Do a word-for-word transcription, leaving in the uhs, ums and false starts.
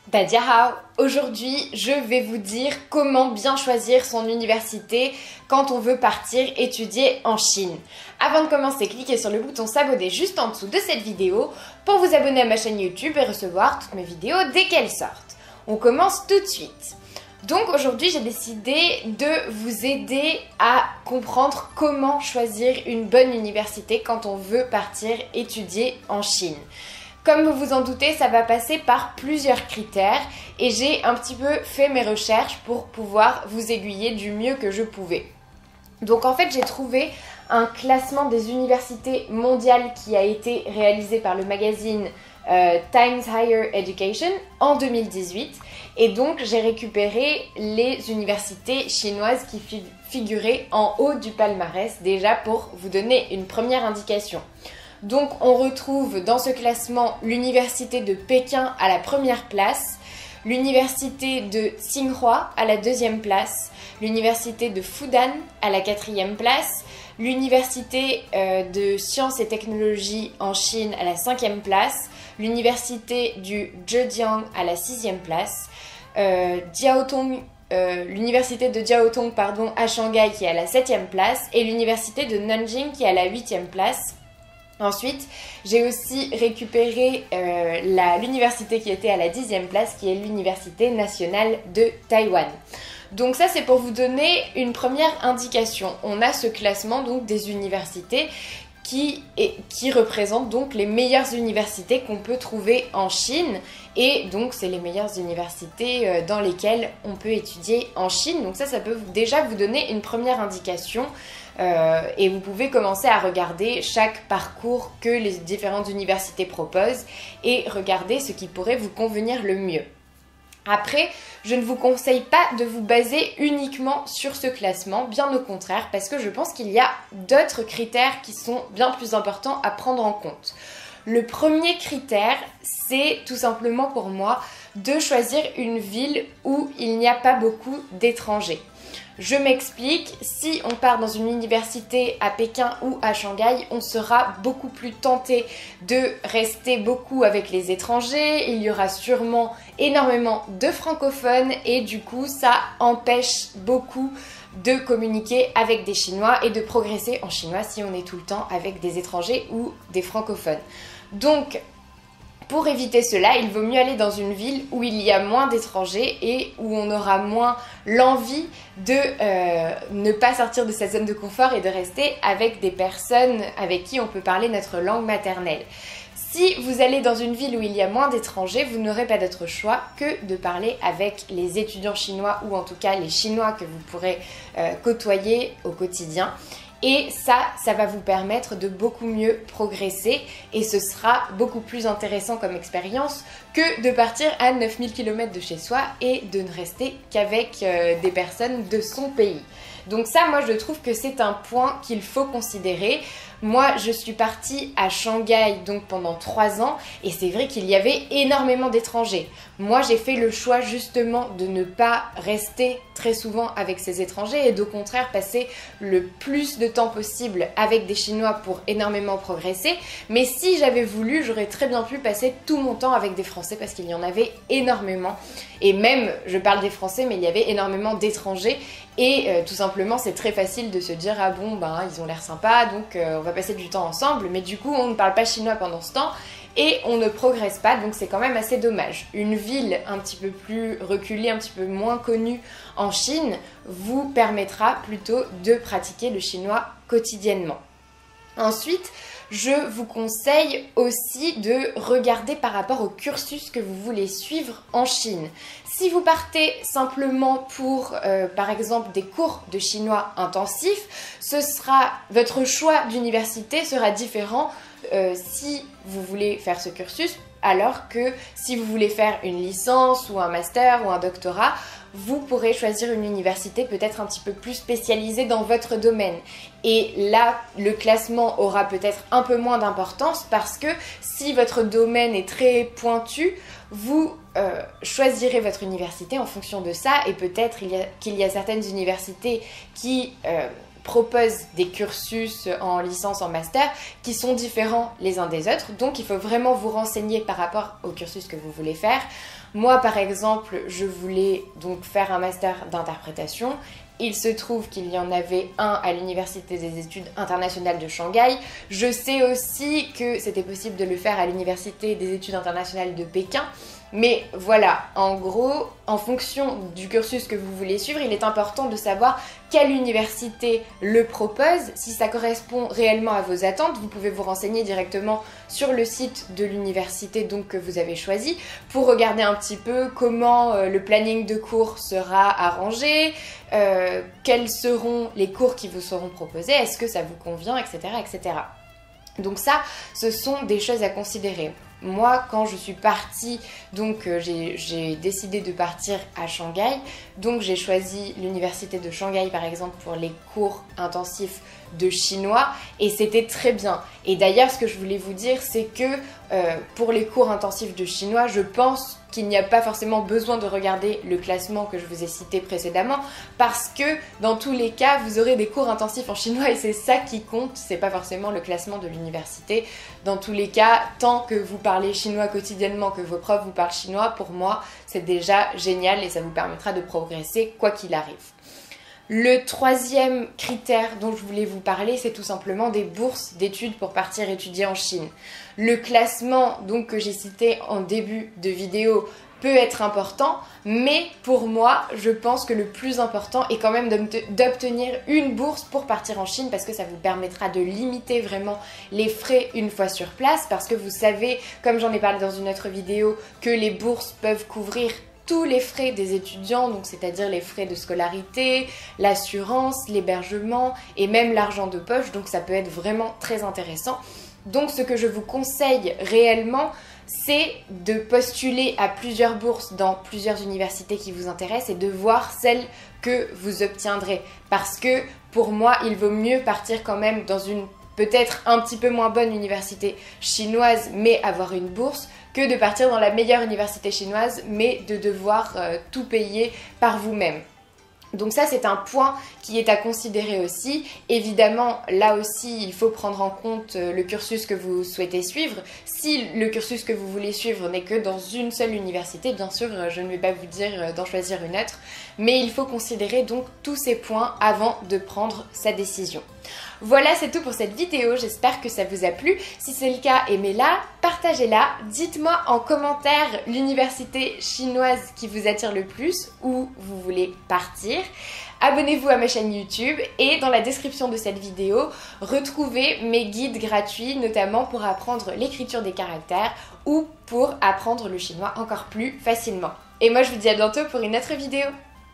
Dadiahao, aujourd'hui je vais vous dire comment bien choisir son université quand on veut partir étudier en Chine. Avant de commencer, cliquez sur le bouton s'abonner juste en dessous de cette vidéo pour vous abonner à ma chaîne YouTube et recevoir toutes mes vidéos dès qu'elles sortent. On commence tout de suite. Donc aujourd'hui j'ai décidé de vous aider à comprendre comment choisir une bonne université quand on veut partir étudier en Chine. Comme vous vous en doutez, ça va passer par plusieurs critères et j'ai un petit peu fait mes recherches pour pouvoir vous aiguiller du mieux que je pouvais. Donc en fait, j'ai trouvé un classement des universités mondiales qui a été réalisé par le magazine euh, Times Higher Education en deux mille dix-huit. Et donc j'ai récupéré les universités chinoises qui fi- figuraient en haut du palmarès déjà pour vous donner une première indication. Donc on retrouve dans ce classement l'université de Pékin à la première place, l'université de Tsinghua à la deuxième place, l'université de Fudan à la quatrième place, l'université euh, de sciences et technologies en Chine à la cinquième place, l'université du Zhejiang à la sixième place, euh, Jiaotong Euh, l'université de Jiaotong pardon, à Shanghai qui est à la septième place et l'université de Nanjing qui est à la huitième place. Ensuite, j'ai aussi récupéré euh, la, l'université qui était à la dixième place, qui est l'Université nationale de Taïwan. Donc ça, c'est pour vous donner une première indication. On a ce classement donc des universités qui, est, qui représentent donc les meilleures universités qu'on peut trouver en Chine. Et donc, c'est les meilleures universités euh, dans lesquelles on peut étudier en Chine. Donc ça, ça peut déjà vous donner une première indication. Euh, et vous pouvez commencer à regarder chaque parcours que les différentes universités proposent et regarder ce qui pourrait vous convenir le mieux. Après, je ne vous conseille pas de vous baser uniquement sur ce classement, bien au contraire, parce que je pense qu'il y a d'autres critères qui sont bien plus importants à prendre en compte. Le premier critère, c'est tout simplement pour moi de choisir une ville où il n'y a pas beaucoup d'étrangers. Je m'explique, si on part dans une université à Pékin ou à Shanghai, on sera beaucoup plus tenté de rester beaucoup avec les étrangers, il y aura sûrement énormément de francophones et du coup ça empêche beaucoup de communiquer avec des Chinois et de progresser en chinois si on est tout le temps avec des étrangers ou des francophones. Donc, pour éviter cela, il vaut mieux aller dans une ville où il y a moins d'étrangers et où on aura moins l'envie de euh, ne pas sortir de sa zone de confort et de rester avec des personnes avec qui on peut parler notre langue maternelle. Si vous allez dans une ville où il y a moins d'étrangers, vous n'aurez pas d'autre choix que de parler avec les étudiants chinois ou en tout cas les Chinois que vous pourrez euh, côtoyer au quotidien. Et ça, ça va vous permettre de beaucoup mieux progresser et ce sera beaucoup plus intéressant comme expérience que de partir à neuf mille kilomètres de chez soi et de ne rester qu'avec euh, des personnes de son pays. Donc ça, moi, je trouve que c'est un point qu'il faut considérer. Moi, je suis partie à Shanghai donc pendant trois ans et c'est vrai qu'il y avait énormément d'étrangers. Moi, j'ai fait le choix justement de ne pas rester très souvent avec ces étrangers et d'au contraire passer le plus de temps possible avec des Chinois pour énormément progresser. Mais si j'avais voulu, j'aurais très bien pu passer tout mon temps avec des Français parce qu'il y en avait énormément. Et même, je parle des Français, mais il y avait énormément d'étrangers. Et euh, tout simplement, c'est très facile de se dire « Ah bon, ben, ils ont l'air sympas, donc euh, on va passer du temps ensemble. » Mais du coup, on ne parle pas chinois pendant ce temps et on ne progresse pas, donc c'est quand même assez dommage. Une ville un petit peu plus reculée, un petit peu moins connue en Chine, vous permettra plutôt de pratiquer le chinois quotidiennement. Ensuite, je vous conseille aussi de regarder par rapport au cursus que vous voulez suivre en Chine. Si vous partez simplement pour, euh, par exemple, des cours de chinois intensifs, ce sera, votre choix d'université sera différent euh, si vous voulez faire ce cursus, alors que si vous voulez faire une licence ou un master ou un doctorat, vous pourrez choisir une université peut-être un petit peu plus spécialisée dans votre domaine. Et là, le classement aura peut-être un peu moins d'importance parce que si votre domaine est très pointu, vous euh, choisirez votre université en fonction de ça et peut-être il y a, qu'il y a certaines universités qui euh, proposent des cursus en licence, en master, qui sont différents les uns des autres. Donc il faut vraiment vous renseigner par rapport au cursus que vous voulez faire. Moi par exemple, je voulais donc faire un master d'interprétation. Il se trouve qu'il y en avait un à l'Université des études internationales de Shanghai. Je sais aussi que c'était possible de le faire à l'Université des études internationales de Pékin. Mais voilà, en gros, en fonction du cursus que vous voulez suivre, il est important de savoir quelle université le propose. Si ça correspond réellement à vos attentes, vous pouvez vous renseigner directement sur le site de l'université donc que vous avez choisi pour regarder un petit peu comment euh, le planning de cours sera arrangé, euh, quels seront les cours qui vous seront proposés, est-ce que ça vous convient, et cetera, et cetera. Donc ça, ce sont des choses à considérer. Moi, quand je suis partie, donc euh, j'ai décidé de partir à Shanghai, donc j'ai choisi l'université de Shanghai par exemple pour les cours intensifs de chinois et c'était très bien. Et d'ailleurs, ce que je voulais vous dire, c'est que euh, pour les cours intensifs de chinois, je pense qu'il n'y a pas forcément besoin de regarder le classement que je vous ai cité précédemment parce que dans tous les cas, vous aurez des cours intensifs en chinois et c'est ça qui compte, c'est pas forcément le classement de l'université. Dans tous les cas, tant que vous parlez chinois quotidiennement, que vos profs vous parlent chinois, pour moi, c'est déjà génial et ça vous permettra de progresser quoi qu'il arrive. Le troisième critère dont je voulais vous parler, c'est tout simplement des bourses d'études pour partir étudier en Chine. Le classement donc que j'ai cité en début de vidéo peut être important, mais pour moi, je pense que le plus important est quand même d'obtenir une bourse pour partir en Chine parce que ça vous permettra de limiter vraiment les frais une fois sur place parce que vous savez, comme j'en ai parlé dans une autre vidéo, que les bourses peuvent couvrir tous les frais des étudiants, donc c'est-à-dire les frais de scolarité, l'assurance, l'hébergement et même l'argent de poche, donc ça peut être vraiment très intéressant. Donc ce que je vous conseille réellement, c'est de postuler à plusieurs bourses dans plusieurs universités qui vous intéressent et de voir celles que vous obtiendrez. Parce que pour moi, il vaut mieux partir quand même dans une peut-être un petit peu moins bonne université chinoise, mais avoir une bourse, que de partir dans la meilleure université chinoise, mais de devoir euh, tout payer par vous-même. Donc ça, c'est un point qui est à considérer aussi. Évidemment, là aussi, il faut prendre en compte le cursus que vous souhaitez suivre. Si le cursus que vous voulez suivre n'est que dans une seule université, bien sûr, je ne vais pas vous dire d'en choisir une autre, mais il faut considérer donc tous ces points avant de prendre sa décision. Voilà, c'est tout pour cette vidéo, j'espère que ça vous a plu. Si c'est le cas, aimez-la, partagez-la, dites-moi en commentaire l'université chinoise qui vous attire le plus, où vous voulez partir. Abonnez-vous à ma chaîne YouTube et dans la description de cette vidéo, retrouvez mes guides gratuits, notamment pour apprendre l'écriture des caractères ou pour apprendre le chinois encore plus facilement. Et moi je vous dis à bientôt pour une autre vidéo.